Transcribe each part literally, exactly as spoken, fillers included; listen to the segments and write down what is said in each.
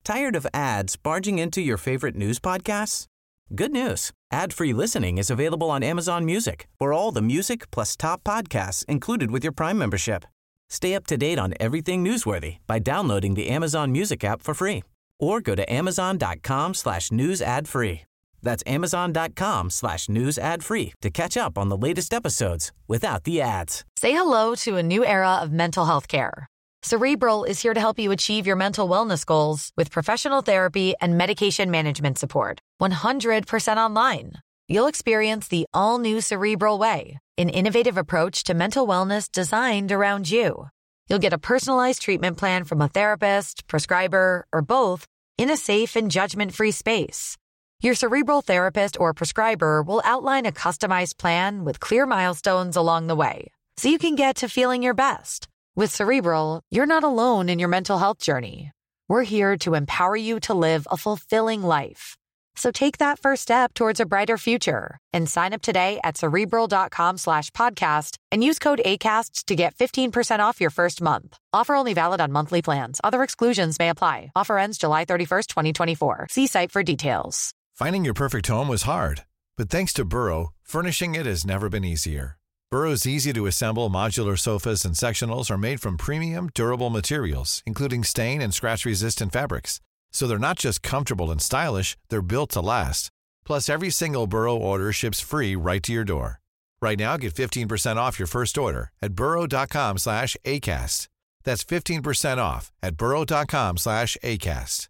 Tired of ads barging into your favorite news podcasts? Good news. Ad-free listening is available on Amazon Music for all the music plus top podcasts included with your Prime membership. Stay up to date on everything newsworthy by downloading the Amazon Music app for free or go to amazon.com slash news ad free. That's amazon.com slash news ad free to catch up on the latest episodes without the ads. Say hello to a new era of mental health care. Cerebral is here to help you achieve your mental wellness goals with professional therapy and medication management support. one hundred percent online. You'll experience the all-new Cerebral Way, an innovative approach to mental wellness designed around you. You'll get a personalized treatment plan from a therapist, prescriber, or both in a safe and judgment-free space. Your Cerebral therapist or prescriber will outline a customized plan with clear milestones along the way, so you can get to feeling your best. With Cerebral, you're not alone in your mental health journey. We're here to empower you to live a fulfilling life. So take that first step towards a brighter future and sign up today at Cerebral.com slash podcast and use code ACAST to get fifteen percent off your first month. Offer only valid on monthly plans. Other exclusions may apply. Offer ends July thirty-first, twenty twenty-four. See site for details. Finding your perfect home was hard, but thanks to Burrow, furnishing it has never been easier. Burrow's easy-to-assemble modular sofas and sectionals are made from premium, durable materials, including stain and scratch-resistant fabrics. So they're not just comfortable and stylish, they're built to last. Plus, every single Burrow order ships free right to your door. Right now, get fifteen percent off your first order at burrow.com slash ACAST. That's fifteen percent off at burrow.com slash ACAST.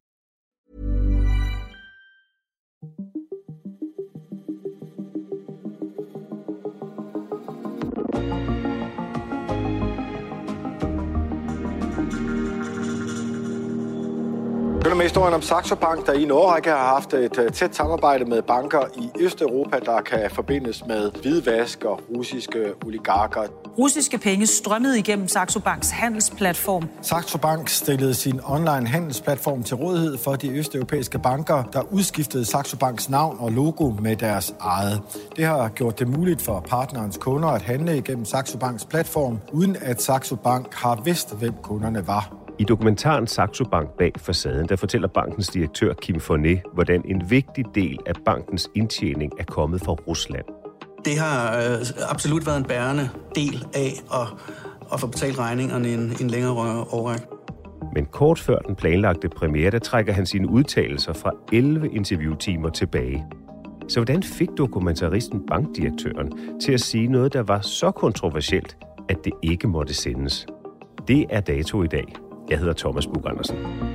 Det er med historien om Saxo Bank, der i en årrække har haft et tæt samarbejde med banker i Østeuropa, der kan forbindes med hvidvask og russiske oligarker. Russiske penge strømmede igennem Saxo Banks handelsplatform. Saxo Bank stillede sin online handelsplatform til rådighed for de østeuropæiske banker, der udskiftede Saxo Banks navn og logo med deres eget. Det har gjort det muligt for partnerens kunder at handle igennem Saxo Banks platform, uden at Saxo Bank har vidst, hvem kunderne var. I dokumentaren Saxo Bank bag facaden, der fortæller bankens direktør Kim Fournet, hvordan en vigtig del af bankens indtjening er kommet fra Rusland. Det har øh, absolut været en bærende del af at, at få betalt regningerne en, en længere årrække. Men kort før den planlagte premiere, der trækker han sine udtalelser fra elleve interviewtimer tilbage. Så hvordan fik dokumentaristen bankdirektøren til at sige noget, der var så kontroversielt, at det ikke måtte sendes? Det er dato i dag. Jeg hedder Thomas Buch-Andersen.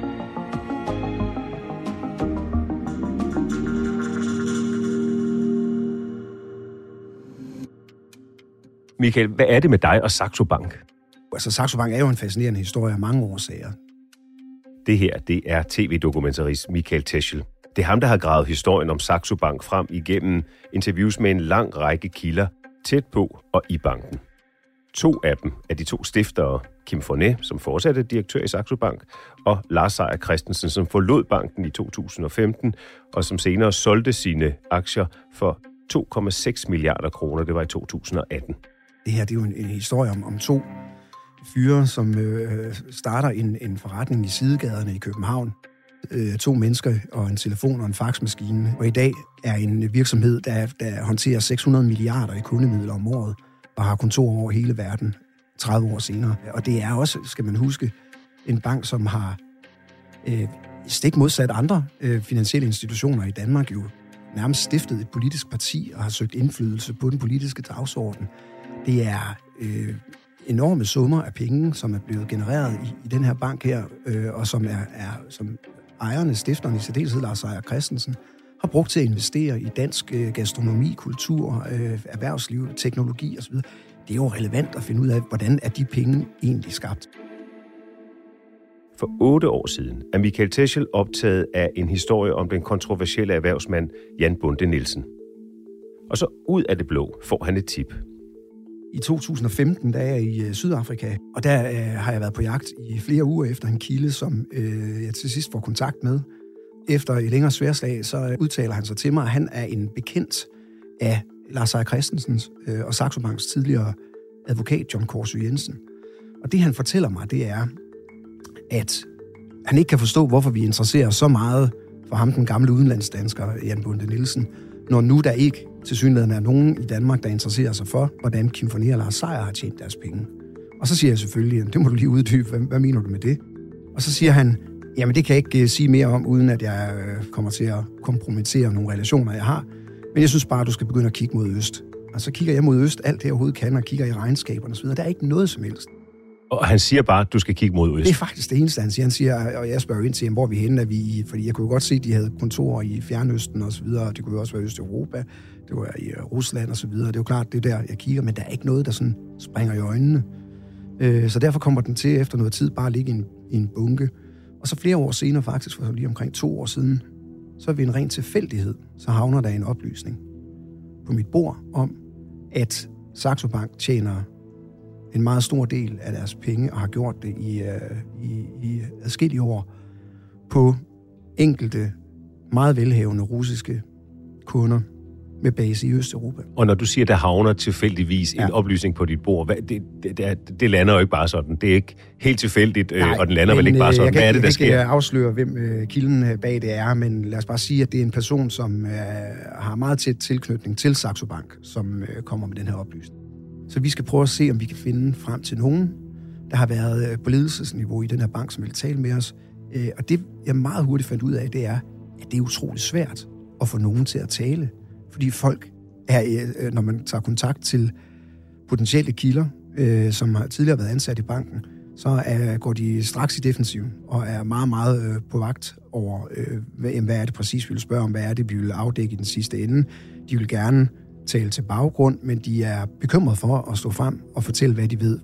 Michael, hvad er det med dig og Saxo Bank? Altså, Saxo Bank er jo en fascinerende historie af mange årsager. Det her, det er tv-dokumentarist Michael Teschel. Det er ham, der har gravet historien om Saxo Bank frem igennem interviews med en lang række kilder tæt på og i banken. To af dem er de to stiftere, Kim Fournet, som fortsatte direktør i Saxo Bank, og Lars Seier Christensen, som forlod banken i to tusind og femten, og som senere solgte sine aktier for to komma seks milliarder kroner. Det var i to tusind og atten. Det her det er jo en, en historie om, om to fyre, som øh, starter en, en forretning i sidegaderne i København. Øh, to mennesker og en telefon og en faxmaskine. Og i dag er en virksomhed, der, der håndterer seks hundrede milliarder i kundemidler om året, og har kontorer over hele verden tredive år senere. Og det er også, skal man huske, en bank, som har øh, stik modsat andre øh, finansielle institutioner i Danmark jo nærmest stiftet et politisk parti og har søgt indflydelse på den politiske dagsorden. Det er øh, enorme summer af penge, som er blevet genereret i, i den her bank her, øh, og som er, er som ejerne, stifterne i særdeleshed Lars Seier Christensen, har brugt til at investere i dansk øh, gastronomi, kultur, øh, erhvervsliv, teknologi osv. Det er jo relevant at finde ud af, hvordan er de penge egentlig skabt. For otte år siden er Michael Teschel optaget af en historie om den kontroversielle erhvervsmand Jan Bonde Nielsen. Og så ud af det blå får han et tip. I to tusind og femten der er jeg i Sydafrika, og der øh, har jeg været på jagt i flere uger efter en kilde, som øh, jeg til sidst får kontakt med. Efter et længere sværslag, så udtaler han sig til mig, at han er en bekendt af Lars Seier Christensens øh, og Saxo Banks tidligere advokat John Korsø Jensen. Og det han fortæller mig, det er, at han ikke kan forstå, hvorfor vi interesserer så meget for ham, den gamle udenlandsdansker, Jan Bonde Nielsen, når nu der ikke tilsyneladende er nogen i Danmark, der interesserer sig for, hvordan Kim Forner og Lars Seier har tjent deres penge. Og så siger jeg selvfølgelig, det må du lige uddybe, hvad, hvad mener du med det? Og så siger han, jamen det kan jeg ikke sige mere om, uden at jeg kommer til at kompromittere nogle relationer, jeg har. Men jeg synes bare, at du skal begynde at kigge mod øst. Og så kigger jeg mod øst, alt det jeg overhovedet kan, og kigger i regnskaberne osv. Der er ikke noget som helst. Og han siger bare, at du skal kigge mod øst. Det er faktisk det eneste, han siger. Han siger, og jeg spørger ind til, hvor vi henne er vi i, fordi jeg kunne jo godt se, at de havde kontorer i Fjernøsten og så videre, og det kunne jo også være Østeuropa, det var i Rusland og så videre. Det er jo klart, det er der, jeg kigger, men der er ikke noget, der sådan springer i øjnene. Så derfor kommer den til efter noget tid bare at ligge i en, i en bunke. Og så flere år senere, faktisk for lige omkring to år siden, så ved en ren tilfældighed, så havner der en oplysning på mit bord om, at Saxo Bank tjener en meget stor del af deres penge, og har gjort det i, uh, i, i adskillige år, på enkelte, meget velhavende russiske kunder med base i Østeuropa. Og når du siger, der havner tilfældigvis ja. en oplysning på dit bord, hvad, det, det, det, det lander jo ikke bare sådan. Det er ikke helt tilfældigt, Nej, og den lander vel ikke bare sådan. Hvad er det, der sker? Jeg kan ikke afsløre, hvem øh, kilden bag det er, men lad os bare sige, at det er en person, som øh, har meget tæt tilknytning til Saxo Bank, som øh, kommer med den her oplysning. Så vi skal prøve at se, om vi kan finde frem til nogen, der har været på ledelsesniveau i den her bank, som vil tale med os. Og det, jeg meget hurtigt fandt ud af, det er, at det er utroligt svært at få nogen til at tale. Fordi folk er, når man tager kontakt til potentielle kilder, som har tidligere været ansat i banken, så er, går de straks i defensiven og er meget, meget på vagt over, hvad er det præcis, vi vil spørge om, hvad er det, vi vil afdække i den sidste ende. De vil gerne tale til baggrund, men de er bekymrede for at stå frem og fortælle, hvad de ved.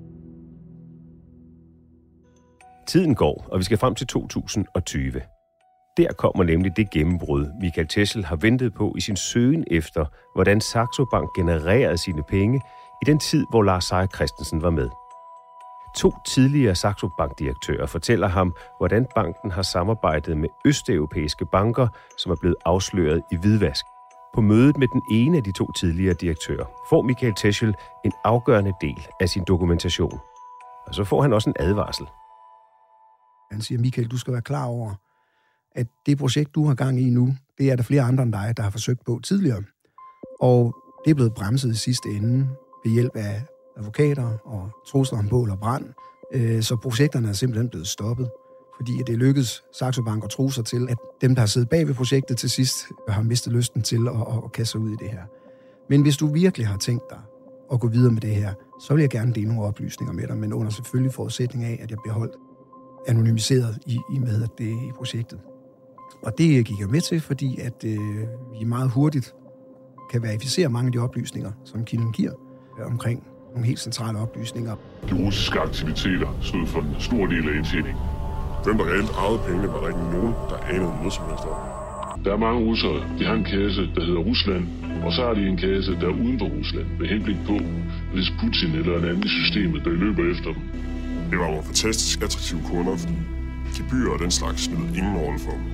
Tiden går, og vi skal frem til to tusind og tyve. Der kommer nemlig det gennembrud, Michael Teschel har ventet på i sin søgen efter, hvordan Saxo Bank genererede sine penge i den tid, hvor Lars Seier Christensen var med. To tidligere Saxo Bank-direktører fortæller ham, hvordan banken har samarbejdet med østeuropæiske banker, som er blevet afsløret i hvidvask. På mødet med den ene af de to tidligere direktører får Michael Teschel en afgørende del af sin dokumentation. Og så får han også en advarsel. Han siger, Michael, du skal være klar over, at det projekt, du har gang i nu, det er der flere andre end dig, der har forsøgt på tidligere. Og det er blevet bremset i sidste ende ved hjælp af advokater og trusler om bål og brand. Så projekterne er simpelthen blevet stoppet, fordi det lykkedes Saxo Bank at true sig til, at dem, der har siddet bag ved projektet til sidst, har mistet lysten til at, at kaste sig ud i det her. Men hvis du virkelig har tænkt dig at gå videre med det her, så vil jeg gerne dele nogle oplysninger med dig, men under selvfølgelig forudsætning af, at jeg bliver holdt anonymiseret i, i med at det i projektet. Og det gik jeg med til, fordi at øh, vi meget hurtigt kan verificere mange af de oplysninger, som kilden giver øh, omkring nogle helt centrale oplysninger. De russiske aktiviteter stod for en stor del af indtjeningen. Hvem der reelt ejede pengene, var der ikke nogen, der anede noget som helst om. Der er mange russere, de har en kasse, der hedder Rusland, og så har de en kasse, der er uden for Rusland, med henblik på, hvis Putin eller en anden i systemet, der løber efter dem. Det var nogle fantastisk attraktive kunder, fordi gebyrer og den slags spillede ingen rolle for dem.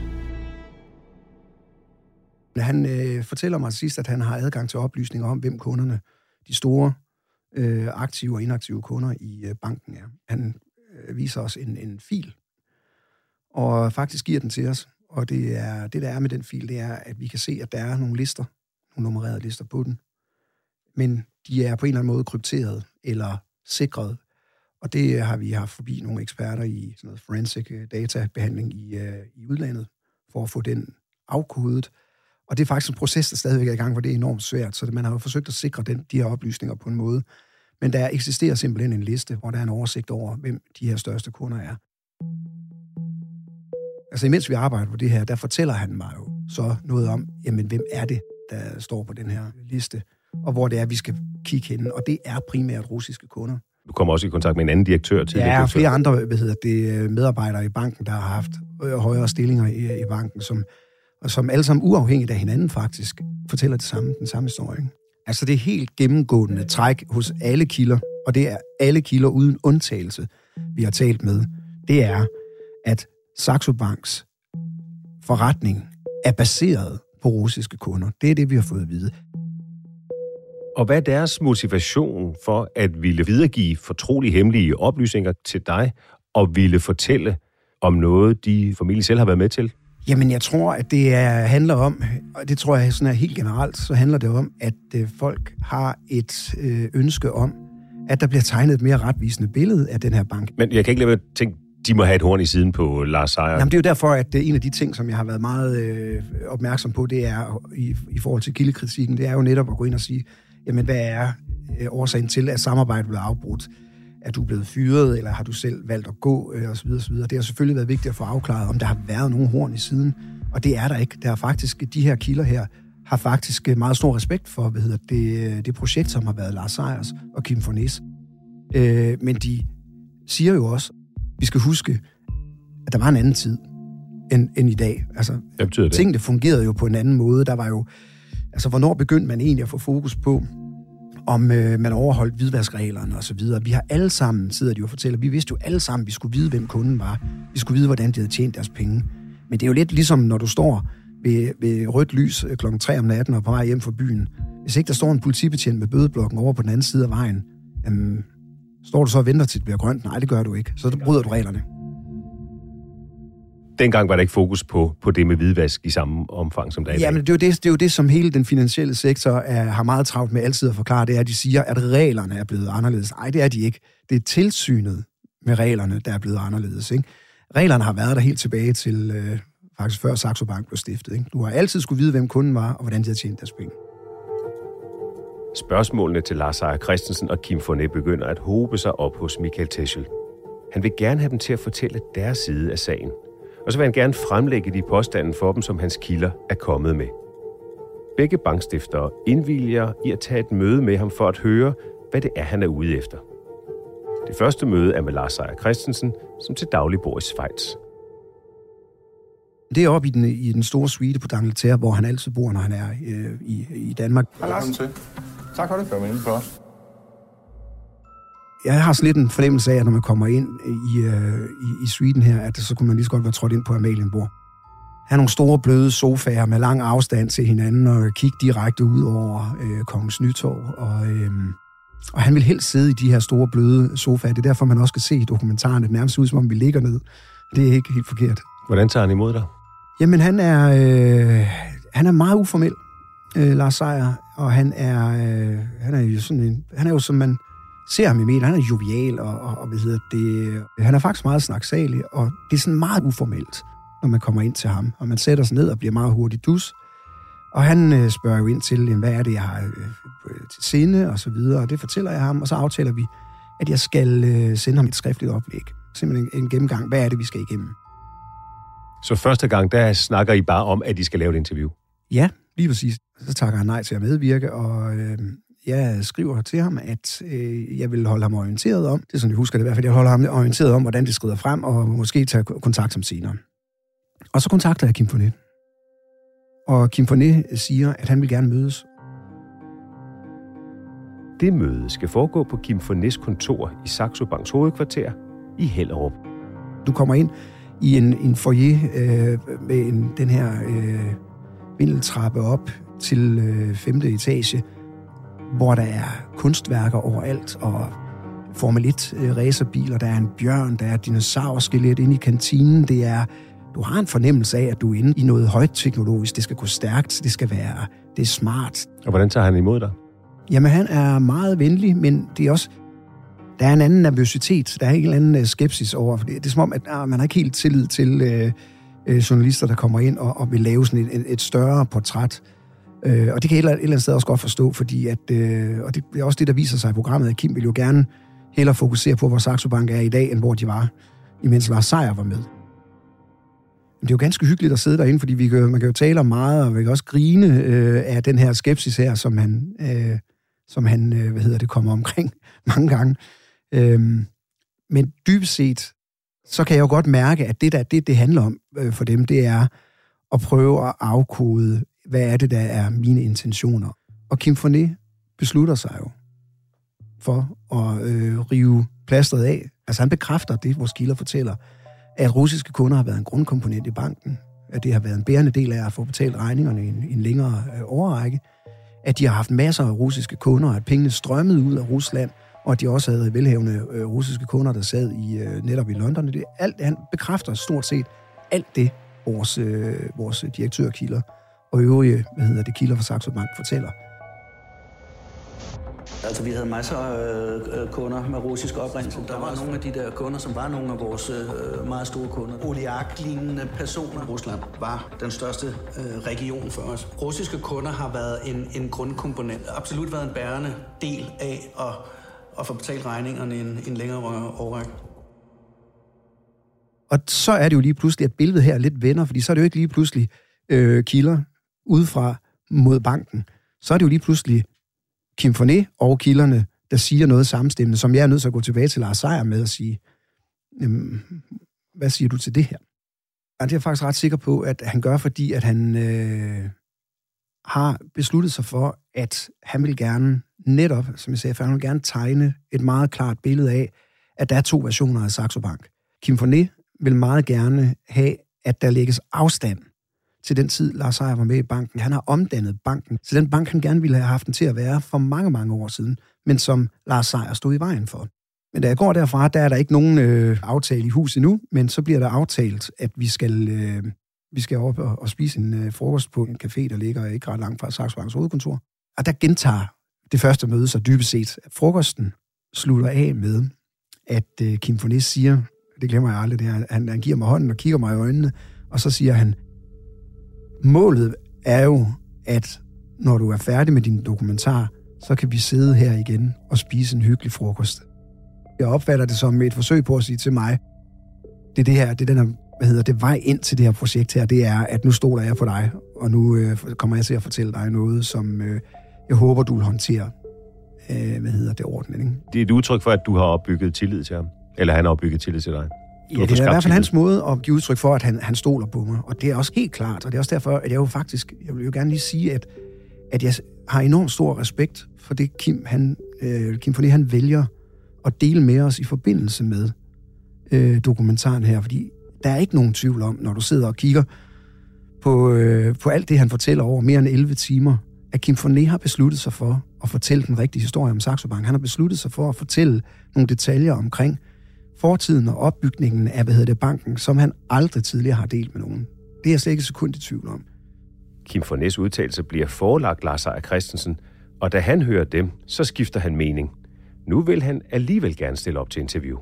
Han øh, fortæller mig sidst, at han har adgang til oplysninger om, hvem kunderne, de store øh, aktive og inaktive kunder i øh, banken er. Han øh, viser os en, en fil, og faktisk giver den til os. Og det, er, det, der er med den fil, det er, at vi kan se, at der er nogle lister, nogle nummererede lister på den. Men de er på en eller anden måde krypteret eller sikret. Og det har vi haft forbi nogle eksperter i sådan noget forensic databehandling i, uh, i udlandet, for at få den afkodet. Og det er faktisk en proces, der stadigvæk er i gang, hvor det er enormt svært. Så man har jo forsøgt at sikre den, de her oplysninger på en måde. Men der eksisterer simpelthen en liste, hvor der er en oversigt over, hvem de her største kunder er. Altså imens vi arbejder på det her, der fortæller han mig jo så noget om, jamen hvem er det, der står på den her liste, og hvor det er, vi skal kigge hen. Og det er primært russiske kunder. Du kommer også i kontakt med en anden direktør til. Ja, og flere andre hvad hedder det, medarbejdere i banken, der har haft højere stillinger i, i banken, som, og som alle sammen uafhængigt af hinanden faktisk fortæller det samme, den samme historie. Altså det er helt gennemgående træk hos alle kilder, og det er alle kilder uden undtagelse, vi har talt med, det er, at Saxo Banks forretning er baseret på russiske kunder. Det er det, vi har fået at vide. Og hvad er deres motivation for at ville videregive fortrolige hemmelige oplysninger til dig, og ville fortælle om noget, de formentlig selv har været med til? Jamen, jeg tror, at det er, handler om, og det tror jeg sådan er helt generelt, så handler det om, at øh, folk har et øh, ønske om, at der bliver tegnet et mere retvisende billede af den her bank. Men jeg kan ikke lade være at tænke, de må have et horn i siden på Lars Seier. Jamen, det er jo derfor, at det er en af de ting, som jeg har været meget øh, opmærksom på, det er i, i forhold til kildekritikken, det er jo netop at gå ind og sige, jamen, hvad er øh, årsagen til, at samarbejdet blev afbrudt? Er du blevet fyret, eller har du selv valgt at gå, øh, osv. osv. Det har selvfølgelig været vigtigt at få afklaret, om der har været nogen horn i siden, og det er der ikke. Der er faktisk, de her kilder her, har faktisk meget stor respekt for, hvad hedder det, det projekt, som har været Lars Seiers og Kim von Ness. Øh, men de siger jo også, vi skal huske, at der var en anden tid end, end i dag. Altså, hvad betyder det? Tingene fungerede jo på en anden måde. Der var jo, altså, hvornår begyndte man egentlig at få fokus på, om øh, man overholdt hvidvaskreglerne og så videre. Vi har alle sammen, sidder de jo og fortæller, vi vidste jo alle sammen, vi skulle vide, hvem kunden var. Vi skulle vide, hvordan de havde tjent deres penge. Men det er jo lidt ligesom, når du står ved, ved rødt lys klokken tre om natten og på vej hjem fra byen. Hvis ikke der står en politibetjent med bødeblokken over på den anden side af vejen, jamen, står du så og venter til, det bliver grønt? Nej, det gør du ikke. Så bryder du reglerne. Dengang var der ikke fokus på, på det med hvidvask i samme omfang, som der er i dag. Jamen, det er jo det, det, er jo det som hele den finansielle sektor er, har meget travlt med altid at forklare. Det er, at de siger, at reglerne er blevet anderledes. Nej, det er de ikke. Det er tilsynet med reglerne, der er blevet anderledes. Ikke? Reglerne har været der helt tilbage til, øh, faktisk før Saxo Bank blev stiftet. Ikke? Du har altid skulle vide, hvem kunden var, og hvordan de havde tjent deres penge. Spørgsmålene til Lars Seier Christensen og Kim von Ness begynder at hobe sig op hos Michael Teschel. Han vil gerne have dem til at fortælle deres side af sagen. Og så vil han gerne fremlægge de påstande for dem, som hans kilder er kommet med. Begge bankstiftere indvilger i at tage et møde med ham for at høre, hvad det er, han er ude efter. Det første møde er med Lars Seier Christensen, som til daglig bor i Schweiz. Det er oppe i den, i den store suite på D'Angleterre, hvor han altid bor, når han er øh, i, i Danmark. Hej Lars. Tak for det. Kom ind for os. Jeg har sådan lidt en fornemmelse af, at når man kommer ind i, øh, i, i suiten her, at så kunne man lige så godt være trådt ind på Amalienborg. Han har nogle store bløde sofaer med lang afstand til hinanden og kigge direkte ud over øh, Kongens Nytorv. Og, øh, og han vil helst sidde i de her store bløde sofaer. Det er derfor, man også kan se i dokumentaren, at det nærmest ud, som om vi ligger ned. Det er ikke helt forkert. Hvordan tager han imod dig? Jamen, han er, øh, han er meget uformel, øh, Lars Seier, og han er, øh, han er jo sådan en, han er jo som man ser ham i medier, han er jovial, og, og, og hvad hedder det, han er faktisk meget snaksalig, og det er sådan meget uformelt, når man kommer ind til ham, og man sætter sig ned og bliver meget hurtigt dus, og han øh, spørger jo ind til, hvad er det, jeg har øh, til sinde, og så videre, og det fortæller jeg ham, og så aftaler vi, at jeg skal øh, sende ham et skriftligt oplæg. Simpelthen en, en gennemgang, hvad er det, vi skal igennem. Så første gang, der snakker I bare om, at I skal lave et interview? Ja, lige præcis. Så takker han nej til at medvirke, og øh, jeg skriver til ham, at øh, jeg vil holde ham orienteret om, det er sådan, jeg husker det i hvert fald, jeg holder ham orienteret om, hvordan det skrider frem, og måske tage kontakt som senere. Og så kontakter jeg Kim von Ness. Og Kim von Ness siger, at han vil gerne mødes. Det møde skal foregå på Kim von Ness kontor i Saxo Banks hovedkvarter i Hellerup. Du kommer ind i en, en foyer øh, med en, den her øh, vindeltrappe op til øh, femte etage, hvor der er kunstværker overalt, og Formel et øh, racerbiler, der er en bjørn, der er et dinosaurskelet inde i kantinen. Det er, du har en fornemmelse af, at du er inde i noget højteknologisk. Det skal gå stærkt, det skal være, det er smart. Og hvordan tager han imod dig? Jamen, han er meget venlig, men det er også, der er en anden nervøsitet, der er en eller anden skepsis over, for det, det er som om, at ah, man har ikke helt tillid til øh, øh, journalister, der kommer ind og, og vil lave sådan et, et, et større portræt. Øh, og det kan jeg et eller andet sted også godt forstå, fordi at, øh, og det er også det, der viser sig i programmet, at Kim vil jo gerne hellere fokusere på, hvor Saxo Bank er i dag, end hvor de var, imens Lars Seier var med. Men det er jo ganske hyggeligt at sidde derinde, fordi vi kan, man kan jo tale om meget, og vi kan også grine øh, af den her skepsis her, som han, øh, som han øh, hvad hedder det, kommer omkring mange gange. Øhm, men dybest set, så kan jeg jo godt mærke, at det, der, det, det handler om øh, for dem, det er at prøve at afkode, hvad er det, der er mine intentioner. Og Kim von Ness beslutter sig jo for at øh, rive plasteret af. Altså han bekræfter det, vores kilder fortæller, at russiske kunder har været en grundkomponent i banken, at det har været en bærende del af at få betalt regningerne i en, en længere øh, årrække, at de har haft masser af russiske kunder, at pengene strømmede ud af Rusland, og at de også havde velhavende øh, russiske kunder, der sad i øh, netop i London. Det, alt, han bekræfter stort set alt det, vores, øh, vores direktørkilder og øvrige, hvad hedder det, kilder fra Saxo Bank fortæller. Altså, vi havde masser af øh, kunder med russisk oprindelse. Der var nogle af de der kunder, som var nogle af vores øh, meget store kunder. Oligark-lignende personer. Rusland var den største øh, region for os. Russiske kunder har været en, en grundkomponent. Absolut været en bærende del af at, at få betalt regningerne i en, en længere årrække. Og så er det jo lige pludselig, at billedet her lidt vender, fordi så er det jo ikke lige pludselig øh, kilder udefra mod banken. Så er det jo lige pludselig Kim Fournet og kilderne, der siger noget samstemmende, som jeg er nødt til at gå tilbage til Lars Seier med og sige, hvad siger du til det her? Og det er jeg faktisk ret sikker på, at han gør, fordi at han øh, har besluttet sig for, at han vil gerne netop, som jeg sagde, for han vil gerne tegne et meget klart billede af, at der er to versioner af Saxo Bank. Kim Fournet vil meget gerne have, at der lægges afstand til den tid, Lars Seier var med i banken. Han har omdannet banken til den bank, han gerne ville have haft den til at være for mange, mange år siden, men som Lars Seier stod i vejen for. Men da jeg går derfra, der er der ikke nogen øh, aftale i hus endnu, men så bliver der aftalt, at vi skal, øh, vi skal op og, og spise en øh, frokost på en café, der ligger ikke ret langt fra Saxo Banks hovedkontor. Og der gentager det første møde så dybest set. Frokosten slutter af med, at øh, Kim Fournet siger, det glemmer jeg aldrig, det her, han, han giver mig hånden og kigger mig i øjnene, og så siger han, målet er jo, at når du er færdig med din dokumentar, så kan vi sidde her igen og spise en hyggelig frokost. Jeg opfatter det som et forsøg på at sige til mig, det er det her, det er den her, hvad hedder det, vej ind til det her projekt her, det er, at nu stoler jeg på dig, og nu øh, kommer jeg til at fortælle dig noget, som øh, jeg håber, du vil håndtere, øh, hvad hedder det, ordentligt. Ikke? Det er et udtryk for, at du har opbygget tillid til ham, eller han har opbygget tillid til dig. Ja, det er i hvert fald hans måde at give udtryk for, at han, han stoler på mig. Og det er også helt klart, og det er også derfor, at jeg jo faktisk, jeg vil jo gerne lige sige, at, at jeg har enormt stor respekt for det, Kim, han, øh, Kim Fournet, han vælger at dele med os i forbindelse med øh, dokumentaren her. Fordi der er ikke nogen tvivl om, når du sidder og kigger på, øh, på alt det, han fortæller over mere end elleve timer, at Kim Fournet har besluttet sig for at fortælle den rigtige historie om Saxo Bank. Han har besluttet sig for at fortælle nogle detaljer omkring fortiden og opbygningen af, hvad hedder det, banken, som han aldrig tidligere har delt med nogen. Det er jeg slet ikke sekund i tvivl om. Kim Fournets udtalelse bliver forelagt Lars Seier Christensen, og da han hører dem, så skifter han mening. Nu vil han alligevel gerne stille op til interview.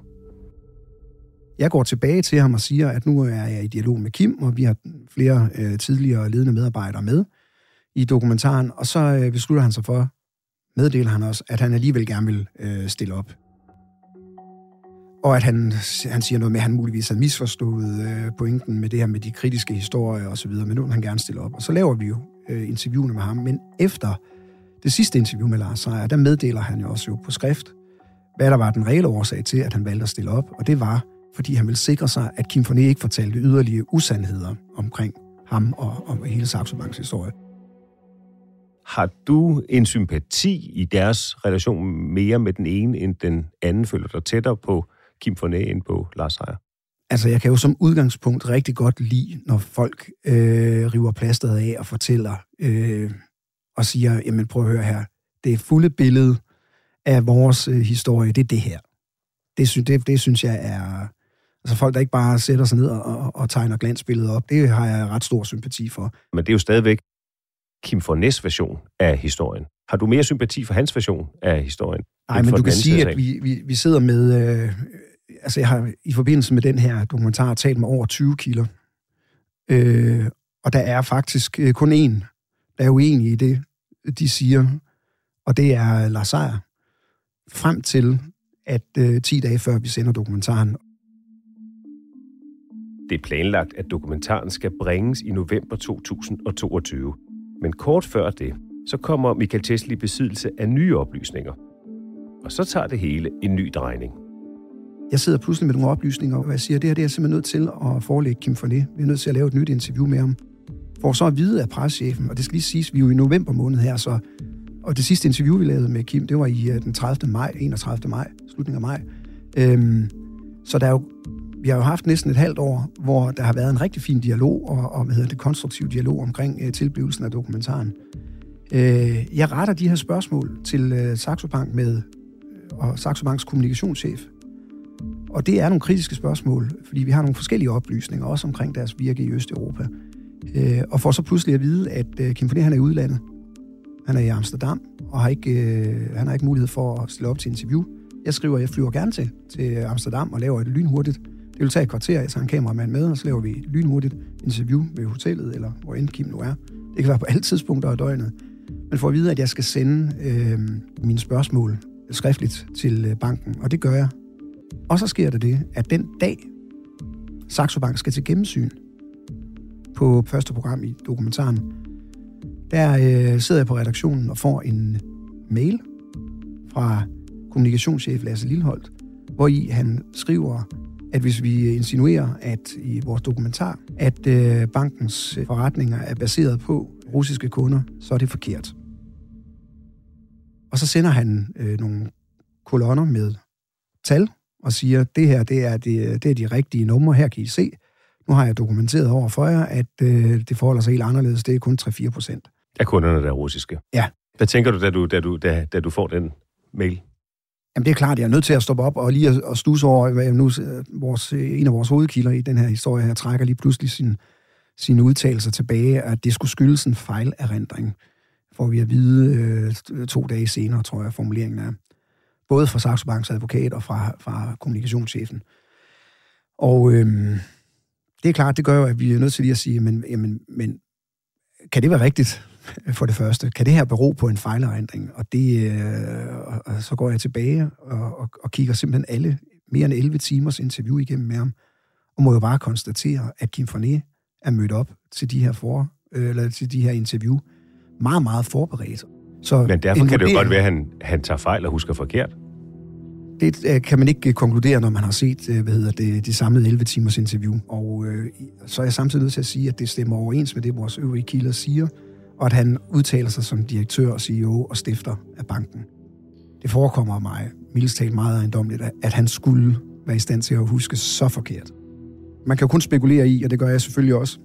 Jeg går tilbage til ham og siger, at nu er jeg i dialog med Kim, og vi har flere øh, tidligere ledende medarbejdere med i dokumentaren, og så øh, beslutter han sig for, meddeler han også, at han alligevel gerne vil øh, stille op. Og at han, han siger noget med, at han muligvis har misforstået øh, pointen med det her med de kritiske historier og så videre, men nu vil han gerne stille op. Og så laver vi jo øh, interviewene med ham, men efter det sidste interview med Lars Seier, der meddeler han jo også jo på skrift, hvad der var den reelle årsag til, at han valgte at stille op, og det var, fordi han ville sikre sig, at Kim Fournet ikke fortalte yderligere usandheder omkring ham og om hele Saxo Banks historie. Har du en sympati i deres relation mere med den ene, end den anden? Føler dig tættere på Kim Fournet end på Lars Seier? Altså, jeg kan jo som udgangspunkt rigtig godt lide, når folk øh, river plasteret af og fortæller øh, og siger, jamen prøv at høre her, det fulde billede af vores øh, historie, det er det her. Det, sy- det, det synes jeg er... Altså folk, der ikke bare sætter sig ned og, og, og tegner glansbilledet op, det har jeg ret stor sympati for. Men det er jo stadigvæk Kim Fournets version af historien. Har du mere sympati for hans version af historien? Nej, men du kan sige, at vi, vi, vi sidder med... Øh, altså, jeg har i forbindelse med den her dokumentar talt med over tyve kilder. Øh, og der er faktisk øh, kun én, der er uenig i det, de siger. Og det er Lars Seier. Frem til, at øh, ti dage før vi sender dokumentaren. Det er planlagt, at dokumentaren skal bringes i november to tusind og toogtyve. Men kort før det, så kommer Michael Teschel i besiddelse af nye oplysninger. Og så tager det hele en ny drejning. Jeg sidder pludselig med nogle oplysninger, og jeg siger, det her det er jeg simpelthen nødt til at forelægge Kim Fournet. Vi er nødt til at lave et nyt interview med ham. For så at vide af presschefen, og det skal lige siges, vi er jo i november måned her, så, og det sidste interview, vi lavede med Kim, det var i den tredivte maj, enogtredivte maj, slutningen af maj. Øhm, så der er jo, vi har jo haft næsten et halvt år, hvor der har været en rigtig fin dialog, og, og hvad hedder det, konstruktiv dialog omkring øh, tilblivelsen af dokumentaren. Øh, jeg retter de her spørgsmål til øh, Saxo Bank med og Saxo Banks kommunikationschef. Og det er nogle kritiske spørgsmål, fordi vi har nogle forskellige oplysninger, også omkring deres virke i Østeuropa. Øh, og får så pludselig at vide, at øh, Kim Fournier, han er i udlandet. Han er i Amsterdam, og har ikke, øh, han har ikke mulighed for at stille op til interview. Jeg skriver, at jeg flyver gerne til, til Amsterdam og laver et lynhurtigt. Det vil tage et kvarter, jeg tager en kameramand med, og så laver vi et lynhurtigt interview ved hotellet, eller hvor end Kim nu er. Det kan være på alle tidspunkter af døgnet. Men for at vide, at jeg skal sende øh, mine spørgsmål skriftligt til øh, banken, og det gør jeg. Og så sker der det, at den dag, Saxo Bank skal til gennemsyn på første program i dokumentaren, der øh, sidder jeg på redaktionen og får en mail fra kommunikationschef Lasse Lilholt, hvor i han skriver, at hvis vi insinuerer, at i vores dokumentar, at øh, bankens forretninger er baseret på russiske kunder, så er det forkert. Og så sender han øh, nogle kolonner med tal og siger, det her det er, det, det er de rigtige numre, her kan I se. Nu har jeg dokumenteret over for jer, at øh, det forholder sig helt anderledes. Det er kun tre til fire procent. Af kunderne, der er russiske? Ja. Hvad tænker du, da du, da du, da, da du får den mail? Jamen det er klart, jeg er nødt til at stoppe op og lige at, at studse over, hvad nu vores, en af vores hovedkilder i den her historie her trækker lige pludselig sin, sine udtalelser tilbage, at det skulle skyldes en fejlerindring, får vi at vide øh, to dage senere, tror jeg, formuleringen er. Både fra Saxo Banks advokat og fra, fra kommunikationschefen. Og øh, det er klart, det gør jo, at vi er nødt til lige at sige, men, jamen, men kan det være rigtigt for det første? Kan det her bero på en fejlerindring? Og, det, øh, og så går jeg tilbage og, og, og kigger simpelthen alle mere end elleve timers interview igennem med ham, og må jo bare konstatere, at Kim Fournier er mødt op til de her, for, øh, eller til de her interview meget, meget forberedt. Så men derfor kan det jo godt være, at han, han tager fejl og husker forkert. Det øh, kan man ikke konkludere, når man har set øh, hvad hedder det, de samlede elleve timers interview. Og øh, så er jeg samtidig nødt til at sige, at det stemmer overens med det, vores øvrige kilder siger, og at han udtaler sig som direktør og C E O og stifter af banken. Det forekommer mig mildest talt meget ejendommeligt, at han skulle være i stand til at huske så forkert. Man kan jo kun spekulere i, og det gør jeg selvfølgelig også,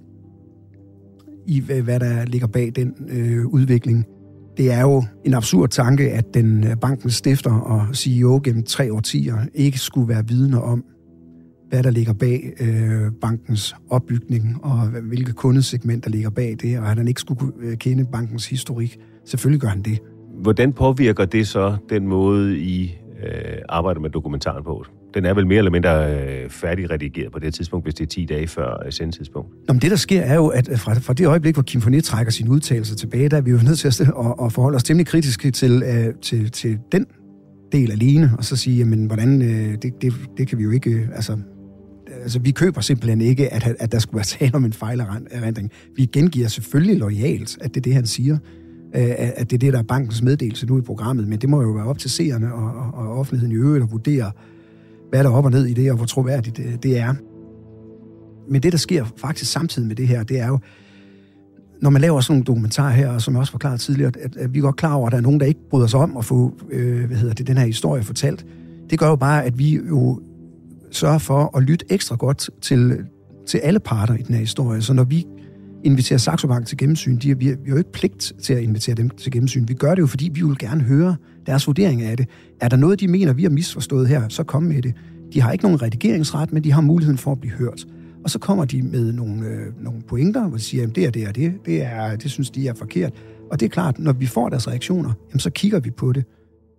i hvad der ligger bag den øh, udvikling. Det er jo en absurd tanke, at den bankens stifter og C E O gennem tre årtier ikke skulle være vidne om, hvad der ligger bag øh, bankens opbygning, og hvilke kundesegment der ligger bag det, og at han ikke skulle øh, kende bankens historik. Selvfølgelig gør han det. Hvordan påvirker det så den måde, I øh, arbejder med dokumentaren på? Den er vel mere eller mindre øh, færdigredigeret på det tidspunkt, hvis det er ti dage før øh, sendetidspunkt? Nå, men det, der sker, er jo, at fra, fra det øjeblik, hvor Kim Fournier trækker sine udtalelser tilbage, der er vi jo nødt til at, at, at forholde os temmelig kritiske til, øh, til, til den del alene, og så sige, jamen, hvordan, øh, det, det, det kan vi jo ikke... Øh, altså, altså, vi køber simpelthen ikke, at, at der skulle være tale om en fejlerindring. Vi gengiver selvfølgelig loyalt, at det er det, han siger, at det er det, der er bankens meddelelse nu i programmet, men det må jo være op til seerne og, og, og offentligheden i øvrigt at vurdere, hvad der er op og ned i det, og hvor troværdigt det, det er. Men det, der sker faktisk samtidig med det her, det er jo, når man laver sådan nogle dokumentarer her, og som jeg også forklarede tidligere, at, at vi er godt klar over, at der er nogen, der ikke bryder sig om at få øh, hvad hedder det, den her historie fortalt. Det gør jo bare, at vi jo sørger for at lytte ekstra godt til, til alle parter i den her historie. Så når vi inviterer Saxo Bank til gennemsyn, de, vi har jo ikke pligt til at invitere dem til gennemsyn. Vi gør det jo, fordi vi vil gerne høre deres vurdering af det. Er der noget, de mener, vi har misforstået her, så kom med det. De har ikke nogen redigeringsret, men de har muligheden for at blive hørt. Og så kommer de med nogle, øh, nogle pointer, hvor de siger, at det er det og det, det, er, det synes de er forkert. Og det er klart, når vi får deres reaktioner, jamen, så kigger vi på det.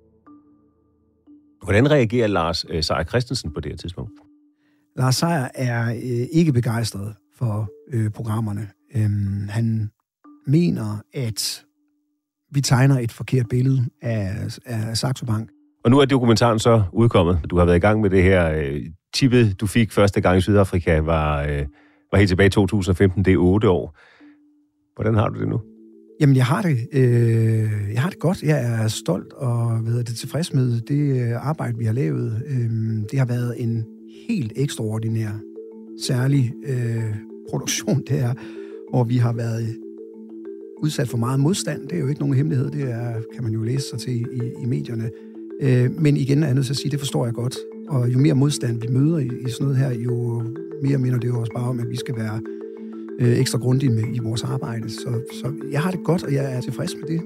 Hvordan reagerer Lars øh, Seier Christensen på det her tidspunkt? Lars Seier er øh, ikke begejstret for øh, programmerne. Øhm, han mener, at vi tegner et forkert billede af, af Saxo Bank. Og nu er dokumentaren så udkommet. Du har været i gang med det her. Øh, tippet, du fik første gang i Sydafrika, var, øh, var helt tilbage i to tusind og femten. Det er otte år. Hvordan har du det nu? Jamen, jeg har det, øh, jeg har det godt. Jeg er stolt og hvad er det, tilfreds med det arbejde, vi har lavet. Øh, det har været en helt ekstraordinær, særlig øh, produktion, det er, hvor vi har været udsat for meget modstand. Det er jo ikke nogen hemmelighed. Det er, kan man jo læse sig til i, i medierne. Øh, men igen er jeg nødt til at sige, det forstår jeg godt. Og jo mere modstand vi møder i, i sådan noget her, jo mere minder det jo også bare om, at vi skal være øh, ekstra grundige med i vores arbejde. Så, så jeg har det godt, og jeg er tilfreds med det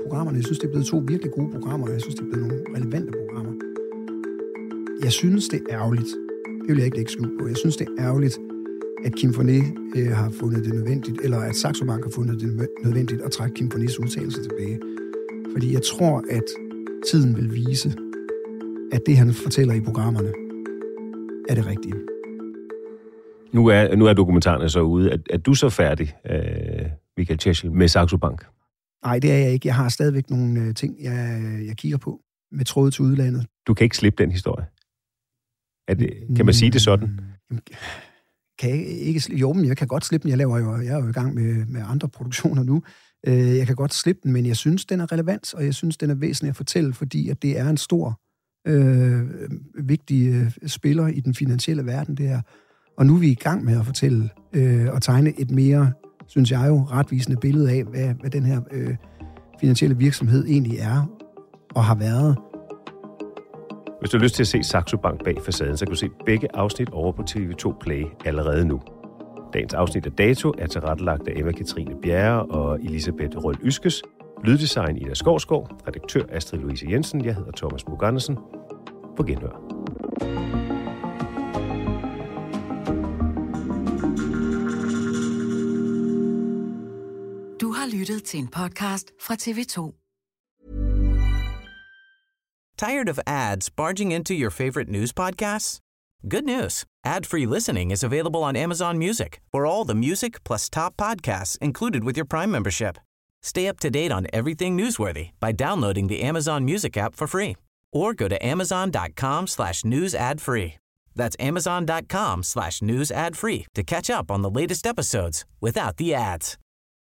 programmerne. Jeg synes, det er blevet to virkelig gode programmer, og jeg synes, det er blevet nogle relevante programmer. Jeg synes, det er ærgerligt. Det vil jeg ikke lægge skjul på. Jeg synes, det er ærgerligt, at Kim Fournier øh, har fundet det nødvendigt, eller at Saxo Bank har fundet det nødvendigt at trække Kim Fourniers udtalelse tilbage. Fordi jeg tror, at tiden vil vise, at det, han fortæller i programmerne, er det rigtige. Nu er, nu er dokumentarerne så ude. Er, er du så færdig, øh, Michael Teschel, med Saxo Bank? Nej, det er jeg ikke. Jeg har stadigvæk nogle øh, ting, jeg, jeg kigger på med tråde til udlandet. Du kan ikke slippe den historie? Er det, kan man sige det sådan? Kan jeg ikke slippe? Jo, men jeg kan godt slippe den. Jeg, laver jo, jeg er jo i gang med, med andre produktioner nu. Jeg kan godt slippe den, men jeg synes, den er relevant, og jeg synes, den er væsentlig at fortælle, fordi at det er en stor, øh, vigtig øh, spiller i den finansielle verden, det her. Og nu er vi i gang med at fortælle øh, og tegne et mere, synes jeg jo, retvisende billede af, hvad, hvad den her øh, finansielle virksomhed egentlig er og har været. Hvis du har lyst til at se Saxo Bank bag facaden, så kan du se begge afsnit over på T V to Play allerede nu. Dagens afsnit af Dato er tilrettelagt af Emma-Katrine Bjerre og Elisabeth Røll Yskes. Lyddesign Ida Skovsgaard, redaktør Astrid Louise Jensen. Jeg hedder Thomas Mug Andersen. På genhør. Du har lyttet til en podcast fra T V to. Tired of ads barging into your favorite news podcasts? Good news. Ad-free listening is available on Amazon Music for all the music plus top podcasts included with your Prime membership. Stay up to date on everything newsworthy by downloading the Amazon Music app for free or go to amazon.com slash news ad free. That's amazon.com slash news ad free to catch up on the latest episodes without the ads.